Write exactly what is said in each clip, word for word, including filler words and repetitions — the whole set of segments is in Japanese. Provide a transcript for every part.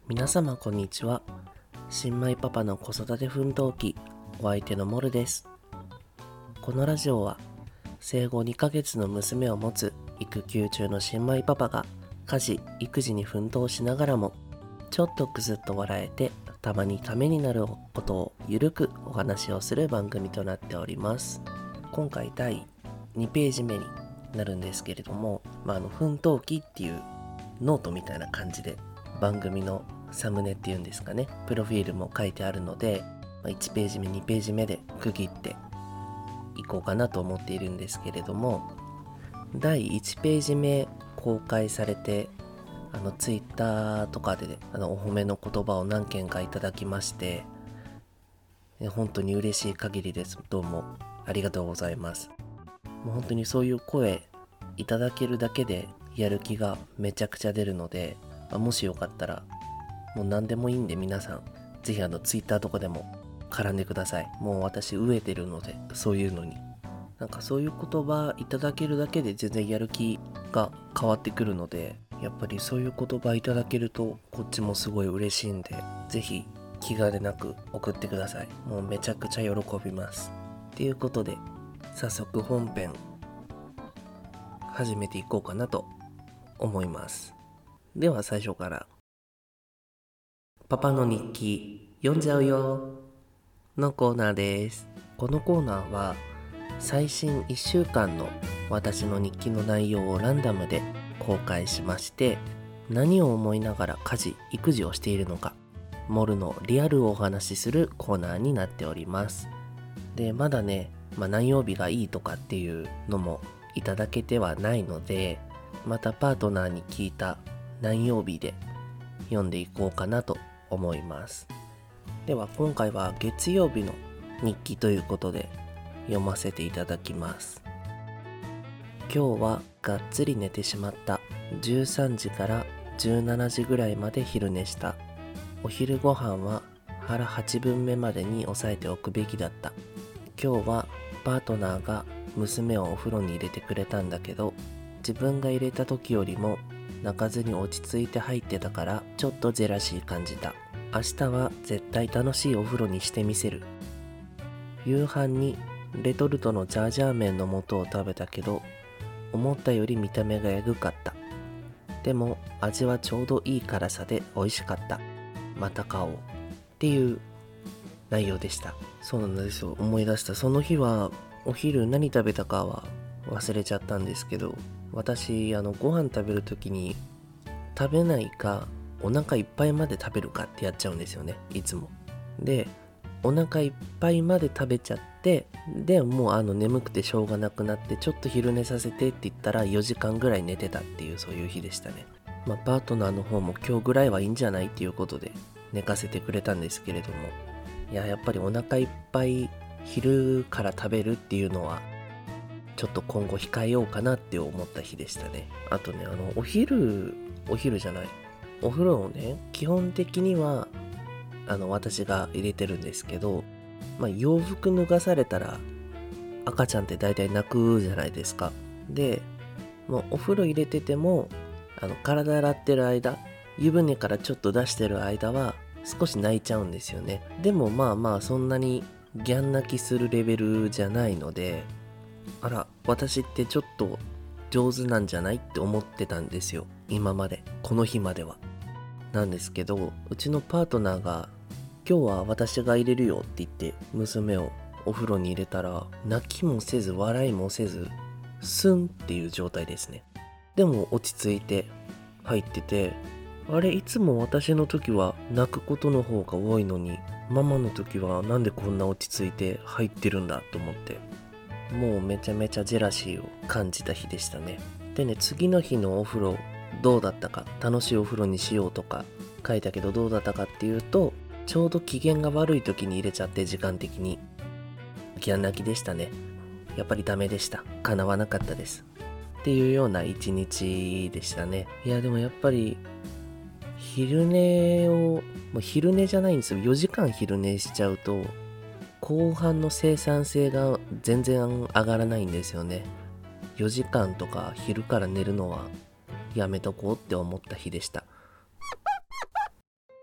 皆様こんにちは。新米パパの子育て奮闘記、お相手のモルです。このラジオは生後にかげつの娘を持つ育休中の新米パパが家事・育児に奮闘しながらもちょっとくすっと笑えてたまにためになることをゆるくお話をする番組となっております。今回だいにページ目になるんですけれども、まあ、あの奮闘記っていうノートみたいな感じで番組のサムネっていうんですかね、プロフィールも書いてあるので、いちページ目にページ目で区切っていこうかなと思っているんですけれども、だいいちページ目公開されて、あのツイッターとかであのお褒めの言葉を何件かいただきまして、本当に嬉しい限りです。どうもありがとうございます。もう本当にそういう声いただけるだけでやる気がめちゃくちゃ出るので、もしよかったらもう何でもいいんで、皆さんぜひあのツイッターとかでも絡んでください。もう私飢えてるので、そういうのになんかそういう言葉いただけるだけで全然やる気が変わってくるので、やっぱりそういう言葉いただけるとこっちもすごい嬉しいんで、ぜひ気兼ねなく送ってください。もうめちゃくちゃ喜びます。ということで早速本編始めていこうかなと思います。では最初からパパの日記読んじゃうよのコーナーです。このコーナーは最新いっしゅうかんの私の日記の内容をランダムで公開しまして、何を思いながら家事・育児をしているのか、モルのリアルをお話しするコーナーになっております。で、まだね、まあ、何曜日がいいとかっていうのもいただけてはないので、またパートナーに聞いた何曜日で読んでいこうかなと思います。では今回は月曜日の日記ということで読ませていただきます。今日はがっつり寝てしまった。じゅうさんじからじゅうしちじぐらいまで昼寝した。お昼ご飯は腹はちぶんめまでに抑えておくべきだった。今日はパートナーが娘をお風呂に入れてくれたんだけど、自分が入れた時よりも泣かずに落ち着いて入ってたからちょっとジェラシー感じた。明日は絶対楽しいお風呂にしてみせる。夕飯にレトルトのジャージャー麺の素を食べたけど、思ったより見た目がエグかった。でも味はちょうどいい辛さで美味しかった。また買おうっていう内容でした。そうなんですよ。思い出した。その日はお昼何食べたかは忘れちゃったんですけど、私あのご飯食べるときに食べないかお腹いっぱいまで食べるかってやっちゃうんですよね、いつも。で、お腹いっぱいまで食べちゃって、でもうあの眠くてしょうがなくなって、ちょっと昼寝させてって言ったらよじかんぐらい寝てたっていう、そういう日でしたね。まあパートナーの方も今日ぐらいはいいんじゃないっていうことで寝かせてくれたんですけれども、いややっぱりお腹いっぱい昼から食べるっていうのはちょっと今後控えようかなって思った日でしたね。あとね、あのお昼お昼じゃないお風呂をね、基本的にはあの私が入れてるんですけど、まあ、洋服脱がされたら赤ちゃんって大体泣くじゃないですか。で、もうお風呂入れててもあの体洗ってる間、湯船からちょっと出してる間は少し泣いちゃうんですよね。でもまあまあそんなにギャン泣きするレベルじゃないので、あら私ってちょっと上手なんじゃないって思ってたんですよ、今まで。この日まではなんですけど、うちのパートナーが今日は私が入れるよって言って娘をお風呂に入れたら、泣きもせず笑いもせずスンっていう状態ですね。でも落ち着いて入ってて、あれいつも私の時は泣くことの方が多いのに、ママの時はなんでこんな落ち着いて入ってるんだと思って、もうめちゃめちゃジェラシーを感じた日でしたね。でね、次の日のお風呂どうだったか、楽しいお風呂にしようとか書いたけどどうだったかっていうと、ちょうど機嫌が悪い時に入れちゃって、時間的にギャン泣きでしたね。やっぱりダメでした。叶わなかったですっていうような一日でしたね。いやでもやっぱり昼寝をもう昼寝じゃないんですよ。よじかん昼寝しちゃうと後半の生産性が全然上がらないんですよね。よじかんとか昼から寝るのはやめとこうって思った日でした。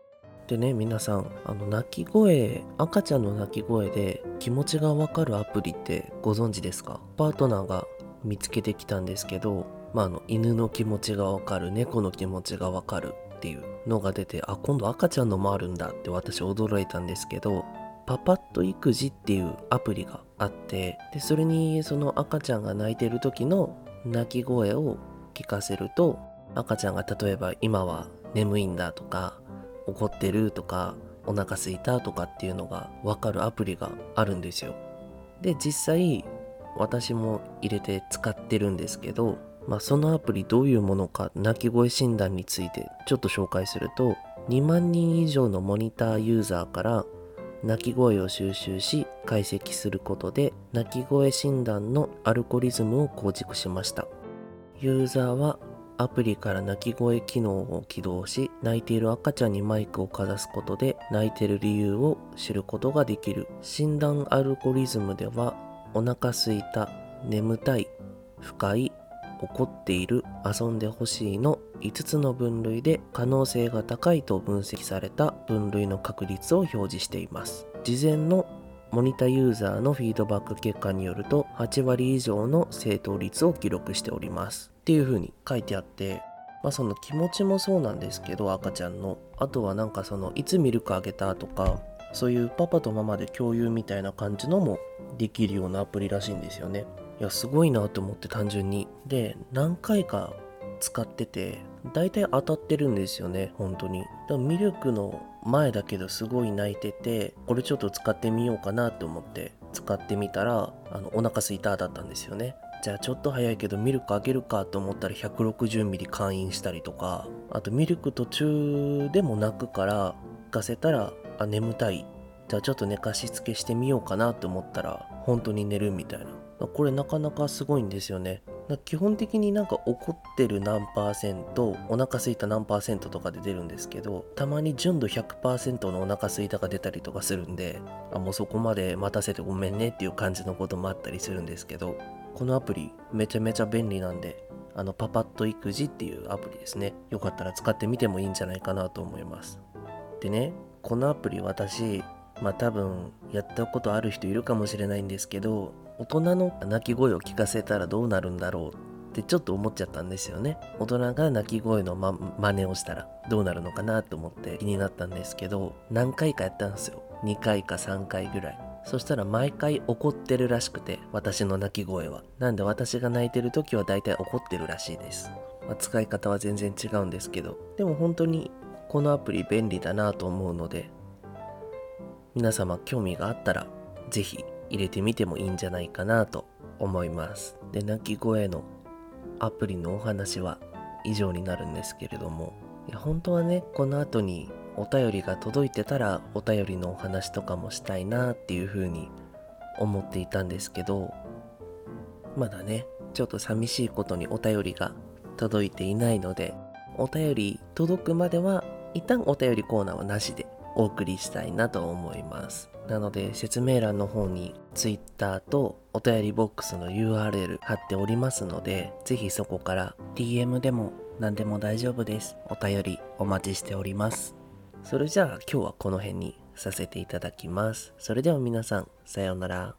でね、皆さん、あの泣き声、赤ちゃんの泣き声で気持ちがわかるアプリってご存知ですか？パートナーが見つけてきたんですけど、まあ、あの犬の気持ちがわかる、猫の気持ちがわかるっていうのが出て、あ、今度赤ちゃんのもあるんだって私驚いたんですけど、パパッと育児っていうアプリがあって、でそれにその赤ちゃんが泣いてる時の泣き声を聞かせると、赤ちゃんが例えば今は眠いんだとか怒ってるとかお腹すいたとかっていうのが分かるアプリがあるんですよ。で実際私も入れて使ってるんですけど、まあ、そのアプリどういうものか、泣き声診断についてちょっと紹介すると、にまんにん以上のモニターユーザーから泣き声を収集し解析することで泣き声診断のアルゴリズムを構築しました。ユーザーはアプリから泣き声機能を起動し、泣いている赤ちゃんにマイクをかざすことで泣いている理由を知ることができる。診断アルゴリズムでは、お腹すいた、眠たい、不快、怒っている、遊んでほしいのいつつの分類で可能性が高いと分析された分類の確率を表示しています。事前のモニタユーザーのフィードバック結果によるとはちわり以上の正答率を記録しておりますっていう風に書いてあって、まあその気持ちもそうなんですけど、赤ちゃんの、あとはなんかそのいつミルクあげたとか、そういうパパとママで共有みたいな感じのもできるようなアプリらしいんですよね。いやすごいなと思って、単純に。で何回か使ってて大体当たってるんですよね、本当に。だからミルクの前だけどすごい泣いてて、これちょっと使ってみようかなと思って使ってみたら、あのお腹すいただったんですよね。じゃあちょっと早いけどミルクあげるかと思ったらひゃくろくじゅうミリ勧飲したりとか、あとミルク途中でも泣くから寝かせたら、あ眠たい、じゃあちょっと寝かしつけしてみようかなと思ったら本当に寝るみたいな。これなかなかすごいんですよね。基本的になんか怒ってる何パーセント、お腹すいた何パーセントとかで出るんですけど、たまに純度 ひゃくパーセント のお腹すいたが出たりとかするんで、あもうそこまで待たせてごめんねっていう感じのこともあったりするんですけど、このアプリめちゃめちゃ便利なんで、あのパパッと育児っていうアプリですね。よかったら使ってみてもいいんじゃないかなと思います。でね、このアプリ私まあ多分やったことある人いるかもしれないんですけど、大人の泣き声を聞かせたらどうなるんだろうってちょっと思っちゃったんですよね。大人が泣き声の、ま、真似をしたらどうなるのかなと思って気になったんですけど、何回かやったんですよ。にかいかさんかいぐらい。そしたら毎回怒ってるらしくて、私の泣き声は。なんで私が泣いてる時は大体怒ってるらしいです。まあ、使い方は全然違うんですけど、でも本当にこのアプリ便利だなと思うので、皆様興味があったらぜひ入れてみてもいいんじゃないかなと思います。で、鳴き声のアプリのお話は以上になるんですけれども、いや本当はね、この後にお便りが届いてたらお便りのお話とかもしたいなっていう風に思っていたんですけど、まだねちょっと寂しいことにお便りが届いていないので、お便り届くまでは一旦お便りコーナーはなしでお送りしたいなと思います。なので説明欄の方に Twitter とお便りボックスの ユーアールエル 貼っておりますので、ぜひそこから ディーエム でも何でも大丈夫です。お便りお待ちしております。それじゃあ今日はこの辺にさせていただきます。それでは皆さん、さようなら。